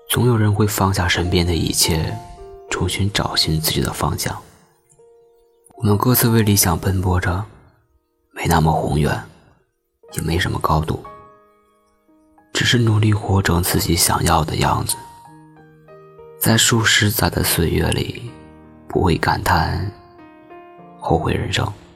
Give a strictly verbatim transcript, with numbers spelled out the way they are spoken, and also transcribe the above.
总有人会放下身边的一切，重新找寻自己的方向。我们各自为理想奔波着，没那么宏远，也没什么高度，只是努力活成自己想要的样子。在数十载的岁月里，不会感叹后悔人生。